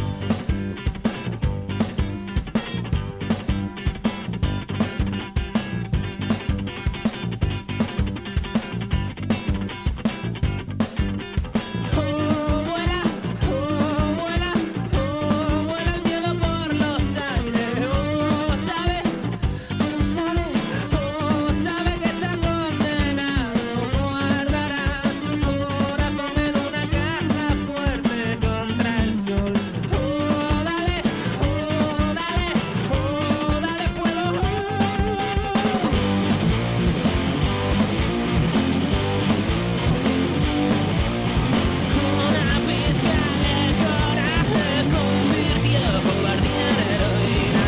Oh, vuela, oh, vuela, oh, vuela el miedo por los aires. Oh, sabe, oh, sabe, oh, sabe que está condenado. Guardará su corazón en una caja fuerte contra el sol. Oh, dale, oh, dale, oh, dale fuego. Una pizca de coraje convirtió cobardía en heroína.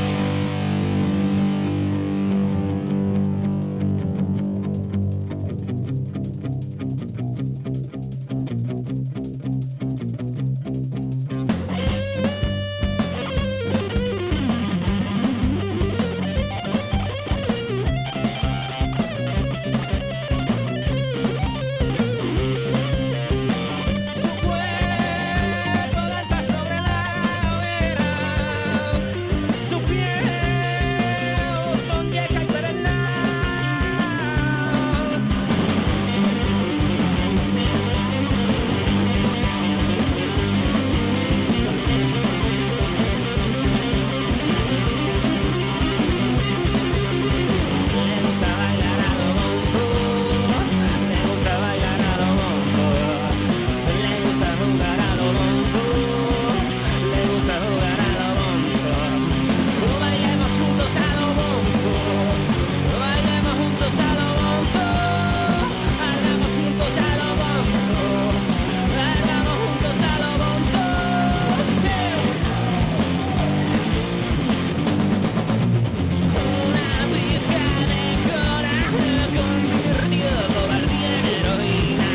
Su cuerpo delta sobre la hoguera, su piel son vieja y perennal. Le gusta bailar a lo bonzo, le gusta bailar a lo bonzo, le gusta jugar a lo bonzo, le gusta jugar a lo bonzo. Oh, bailemos juntos a lo bonzo, bailemos juntos a lo bonzo, hagamos juntos a lo bonzo, hagamos juntos a lo bonzo. Una pizca de coraje convirtió cobardía en heroína.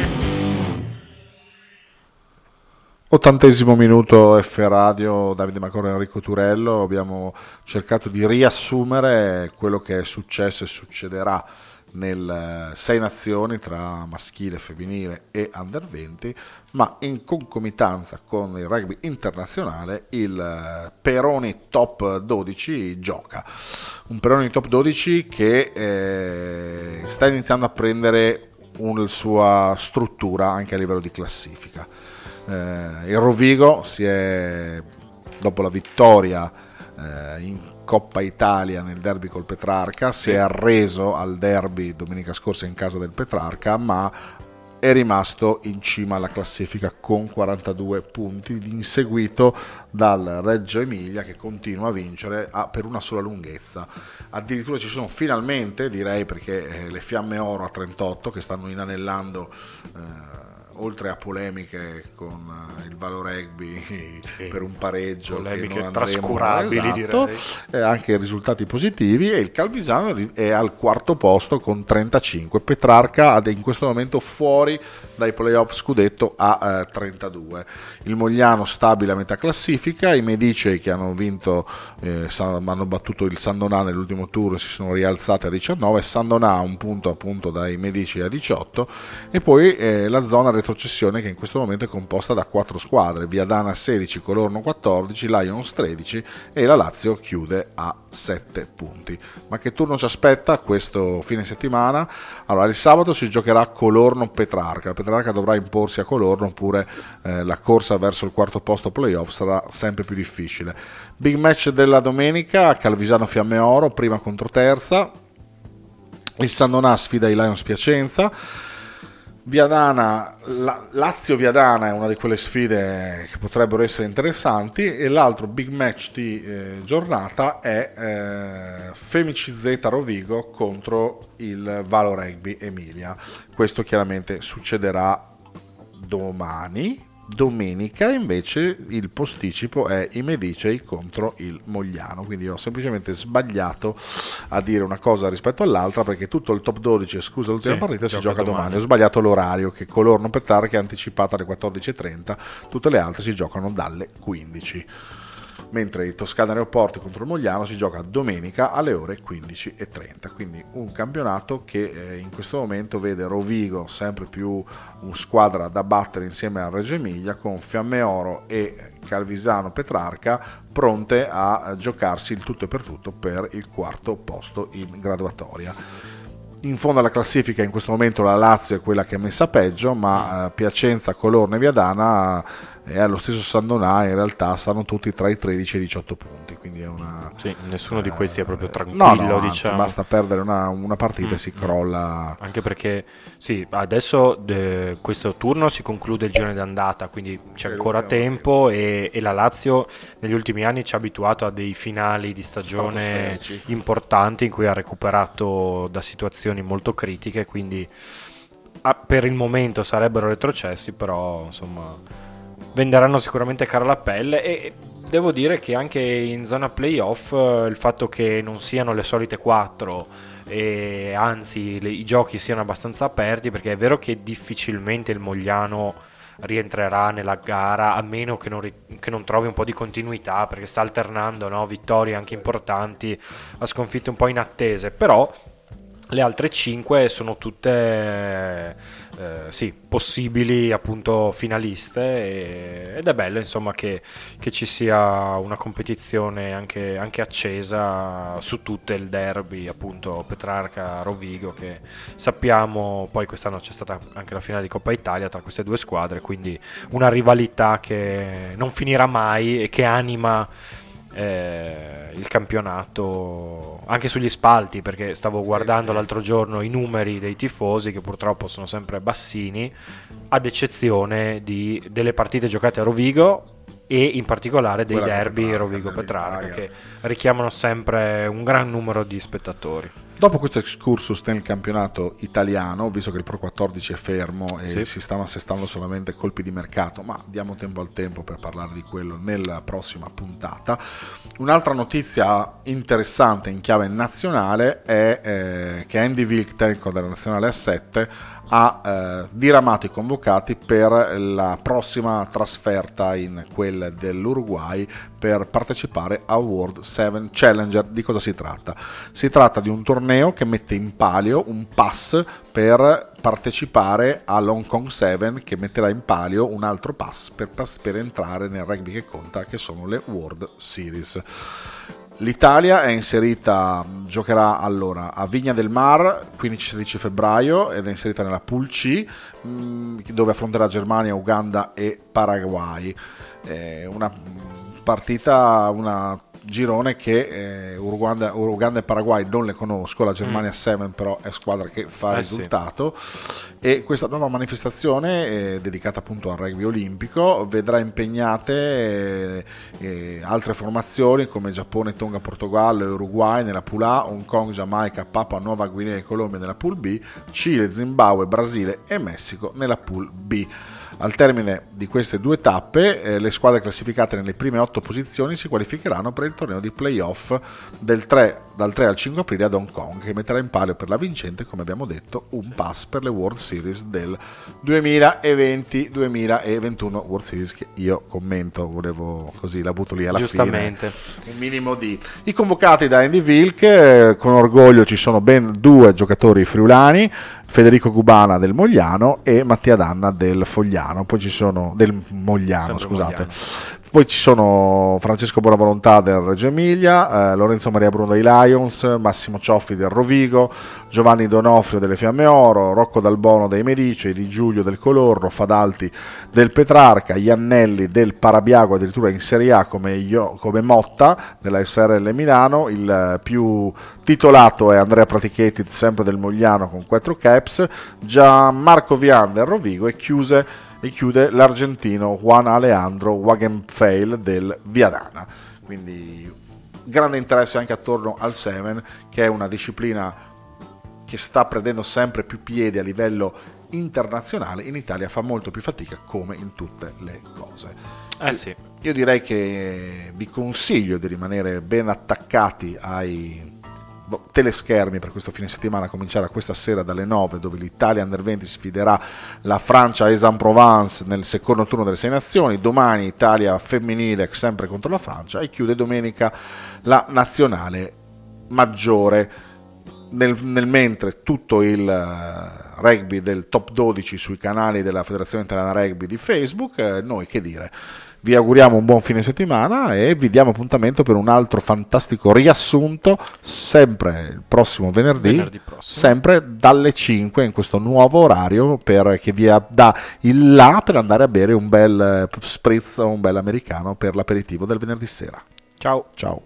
Ottantesimo minuto F Radio, Davide Macoro e Enrico Turello. Abbiamo cercato di riassumere quello che è successo e succederà nel Sei Nazioni tra maschile, femminile e under venti, ma in concomitanza con il rugby internazionale il eh, Peroni Top dodici gioca. Un Peroni Top dodici che eh, sta iniziando a prendere una sua struttura anche a livello di classifica. Eh, il Rovigo si è, dopo la vittoria eh, in Coppa Italia nel derby col Petrarca, si è arreso al derby domenica scorsa in casa del Petrarca, ma è rimasto in cima alla classifica con quarantadue punti, inseguito dal Reggio Emilia che continua a vincere a, per una sola lunghezza. Addirittura ci sono finalmente, direi, perché eh, le Fiamme Oro a trentotto che stanno inanellando eh, oltre a polemiche con uh, il Valo Rugby sì, per un pareggio polemiche che non andremo, trascurabili, esatto, direi. Eh, anche risultati positivi, e il Calvisano è al quarto posto con trentacinque. Petrarca in questo momento fuori dai playoff scudetto a eh, trentadue. Il Mogliano stabile a metà classifica, i Medicei che hanno vinto eh, hanno battuto il Sandonà nell'ultimo tour e si sono rialzati a diciannove, Sandonà a un punto appunto dai Medicei a diciotto, e poi eh, la zona retrocessione che in questo momento è composta da quattro squadre: Viadana sedici, Colorno quattordici, Lions tredici e la Lazio chiude a sette punti. Ma che turno ci aspetta questo fine settimana? Allora, il sabato si giocherà Colorno-Petrarca. Petrarca dovrà imporsi a Colorno, oppure eh, la corsa verso il quarto posto playoff sarà sempre più difficile. Big match della domenica: Calvisano Fiamme Oro, prima contro terza. Il Sandonà sfida i Lions Piacenza. Viadana, la, Lazio-Viadana è una di quelle sfide che potrebbero essere interessanti, e l'altro big match di eh, giornata è eh, Femici Z Rovigo contro il Valo Rugby Emilia. Questo chiaramente succederà domani. Domenica invece il posticipo è i Medicei contro il Mogliano, quindi ho semplicemente sbagliato a dire una cosa rispetto all'altra, perché tutto il top dodici, scusa l'ultima sì, partita, si gioca domani. domani. Ho sbagliato l'orario, che Colorno Petrarca è anticipata alle quattordici e trenta, tutte le altre si giocano dalle quindici. Mentre il Toscana Aeroporti contro il Mogliano si gioca domenica alle ore quindici e trenta. Quindi un campionato che eh, in questo momento vede Rovigo sempre più una squadra da battere insieme a Reggio Emilia, con Fiamme Oro e Calvisano Petrarca pronte a giocarsi il tutto e per tutto per il quarto posto in graduatoria. In fondo alla classifica in questo momento la Lazio è quella che è messa peggio, ma eh, Piacenza, Colorno e Viadana e allo stesso Sandonà in realtà stanno tutti tra i tredici e i diciotto punti, quindi è una sì, nessuno eh, di questi è proprio tranquillo, no, no, diciamo. Anzi, basta perdere una, una partita mm, e si crolla, anche perché sì, adesso eh, questo turno si conclude il girone d'andata, quindi c'è ancora tempo, e, e la Lazio negli ultimi anni ci ha abituato a dei finali di stagione importanti in cui ha recuperato da situazioni molto critiche, quindi ah, per il momento sarebbero retrocessi, però insomma venderanno sicuramente cara la pelle. E devo dire che anche in zona playoff eh, il fatto che non siano le solite quattro e anzi le, i giochi siano abbastanza aperti, perché è vero che difficilmente il Mogliano rientrerà nella gara a meno che non, che non trovi un po' di continuità, perché sta alternando, no? Vittorie anche importanti a sconfitte un po' inattese, però le altre cinque sono tutte eh, sì, possibili appunto finaliste, e, ed è bello insomma che, che ci sia una competizione anche, anche accesa su tutte, il derby appunto Petrarca-Rovigo, che sappiamo poi quest'anno c'è stata anche la finale di Coppa Italia tra queste due squadre, quindi una rivalità che non finirà mai e che anima Eh, il campionato anche sugli spalti, perché stavo sì, guardando sì. l'altro giorno i numeri dei tifosi, che purtroppo sono sempre bassini, ad eccezione di, delle partite giocate a Rovigo e in particolare dei Quella derby Rovigo-Petrarca, che richiamano sempre un gran numero di spettatori. Dopo questo excursus nel campionato italiano, visto che il Pro quattordici è fermo e sì. si stanno assestando solamente colpi di mercato, ma diamo tempo al tempo per parlare di quello nella prossima puntata, un'altra notizia interessante in chiave nazionale è eh, che Andy Wilk, tecnico della nazionale A sette, ha eh, diramato i convocati per la prossima trasferta in quella dell'Uruguay per partecipare a World sette Challenger. Di cosa si tratta? Si tratta di un torneo che mette in palio un pass per partecipare all'Hong Kong sette, che metterà in palio un altro pass per, per entrare nel rugby che conta, che sono le World Series. L'Italia è inserita, giocherà allora a Vigna del Mar quindici sedici febbraio ed è inserita nella Pool C, dove affronterà Germania, Uganda e Paraguay. È una partita, una girone che eh, Uruguay, Uganda e Paraguay non le conosco, la Germania sette mm. però è squadra che fa eh risultato, sì. E questa nuova manifestazione eh, dedicata appunto al rugby olimpico vedrà impegnate eh, eh, altre formazioni come Giappone, Tonga, Portogallo e Uruguay nella pool A, Hong Kong, Giamaica, Papua Nuova Guinea e Colombia nella pool B, Cile, Zimbabwe, Brasile e Messico nella pool B. Al termine di queste due tappe, eh, le squadre classificate nelle prime otto posizioni si qualificheranno per il torneo di playoff del tre, dal tre al cinque aprile ad Hong Kong, che metterà in palio per la vincente, come abbiamo detto, un pass per le World Series del duemilaventi duemilaventuno, World Series che io commento, volevo così, la butto lì alla Giustamente. fine. Un minimo di... I convocati da Andy Wilk, eh, con orgoglio ci sono ben due giocatori friulani, Federico Cubana del Mogliano e Mattia Danna del Fogliano, poi ci sono del Mogliano, Sempre scusate. Mogliano. Poi ci sono Francesco Buonavolontà del Reggio Emilia, eh, Lorenzo Maria Bruno dei Lions, Massimo Cioffi del Rovigo, Giovanni Donofrio delle Fiamme Oro, Rocco Dalbono dei Medici, Di Giulio del Colorro, Fadalti del Petrarca, Iannelli del Parabiago, addirittura in Serie A come, io, come Motta della S R L Milano. Il più titolato è Andrea Pratichetti sempre del Mogliano con quattro caps, Gianmarco Vian del Rovigo e chiuse e chiude l'argentino Juan Alejandro Wagenfeil del Viadana. Quindi grande interesse anche attorno al Seven, che è una disciplina che sta prendendo sempre più piede a livello internazionale. In Italia fa molto più fatica, come in tutte le cose. Eh sì. Io direi che vi consiglio di rimanere ben attaccati ai teleschermi per questo fine settimana, a cominciare a questa sera dalle nove, dove l'Italia Under venti sfiderà la Francia a Aix-en-Provence nel secondo turno delle Sei Nazioni. Domani Italia femminile sempre contro la Francia, e chiude domenica la nazionale maggiore. Nel, nel mentre tutto il uh, rugby del top dodici sui canali della Federazione Italiana Rugby di Facebook, eh, noi che dire, vi auguriamo un buon fine settimana e vi diamo appuntamento per un altro fantastico riassunto sempre il prossimo venerdì, venerdì prossimo. Sempre dalle cinque in questo nuovo orario, per, che vi dà il là per andare a bere un bel spritz, un bel americano per l'aperitivo del venerdì sera. Ciao. Ciao.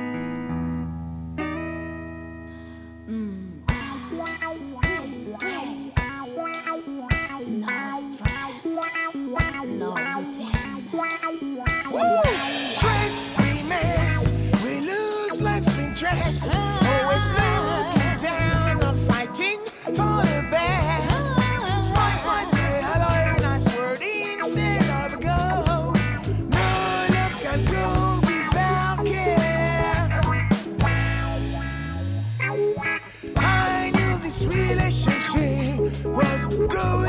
Always looking down, not fighting for the best. Smile, smile, say hello, nice word instead of a go. No love can go without care. I knew this relationship was going